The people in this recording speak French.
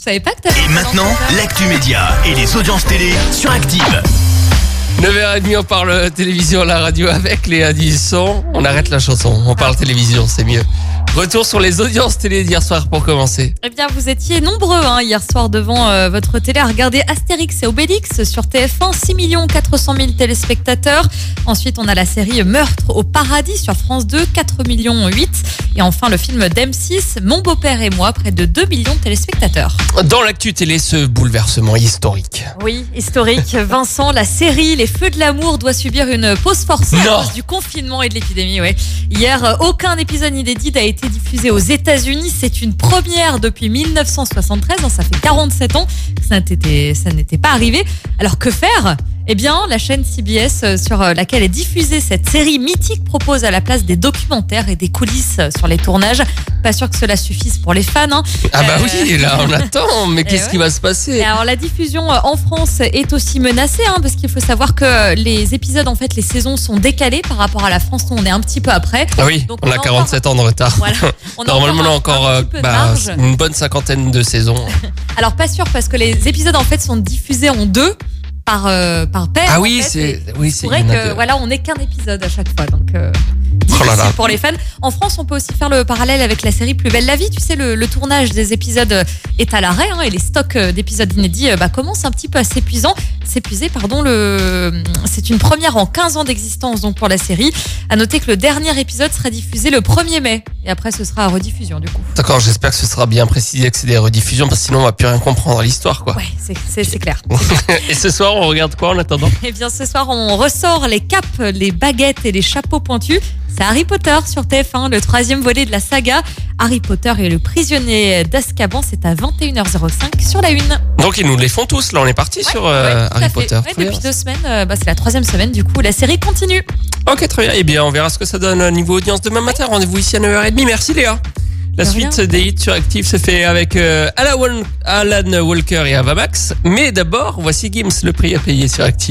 Je savais pas que t'avais... Et maintenant, l'actu média et les audiences télé sur Active. 9h30, on parle télévision à la radio avec Léa Disson. On arrête la chanson, on parle télévision, c'est mieux. Retour sur les audiences télé d'hier soir pour commencer. Eh bien, vous étiez nombreux hier soir devant votre télé à regarder Astérix et Obélix sur TF1, 6 400 000 téléspectateurs. Ensuite, on a la série Meurtre au paradis sur France 2, 4,8 millions. Et enfin, le film d'M6, Mon beau-père et moi, près de 2 millions de téléspectateurs. Dans l'actu télé, ce bouleversement historique. Oui, historique. Vincent, la série Les Feux de l'amour doit subir une pause forcée à cause du confinement et de l'épidémie. Ouais. Hier, aucun épisode inédit n'a été diffusé aux États-Unis. C'est une première depuis 1973. Ça fait 47 ans que ça n'était pas arrivé. Alors que faire ? Eh bien, la chaîne CBS sur laquelle est diffusée cette série mythique propose à la place des documentaires et des coulisses sur les tournages. Pas sûr que cela suffise pour les fans. Ah bah oui, là on attend, mais qu'est-ce qui va se passer ? Et alors la diffusion en France est aussi menacée parce qu'il faut savoir que les épisodes, en fait, les saisons sont décalées par rapport à la France où on est un petit peu après. Ah oui, donc on a 47 ans de retard. Voilà, Normalement, on a encore une bonne cinquantaine de saisons. Alors pas sûr parce que les épisodes en fait sont diffusés en deux. Par paire. Ah oui, c'est vrai que voilà, on n'est qu'un épisode à chaque fois, donc difficile pour les fans. En France, on peut aussi faire le parallèle avec la série Plus belle la vie. Tu sais, le tournage des épisodes est à l'arrêt et les stocks d'épisodes inédits commencent un petit peu à s'épuiser. C'est une première en 15 ans d'existence donc pour la série. À noter que le dernier épisode sera diffusé le 1er mai et après ce sera à rediffusion du coup. D'accord, j'espère que ce sera bien précisé que c'est des rediffusions parce que sinon on va plus rien comprendre à l'histoire quoi. Ouais, c'est clair. Et ce soir, on regarde quoi en attendant ? Eh bien, ce soir, on ressort les capes, les baguettes et les chapeaux pointus. C'est Harry Potter sur TF1, le 3e volet de la saga. Harry Potter et le prisonnier d'Azkaban, c'est à 21h05 sur la 1. Donc, ils nous les font tous. Là, on est parti sur Harry Potter. Ouais, depuis 2 semaines, c'est la 3e semaine. Du coup, la série continue. Ok, très bien. Eh bien, on verra ce que ça donne au niveau audience demain matin. Rendez-vous ici à 9h30. Merci Léa. La suite des hits sur Active se fait avec Alan Walker et Ava Max. Mais d'abord, voici Gims, le prix à payer sur Active.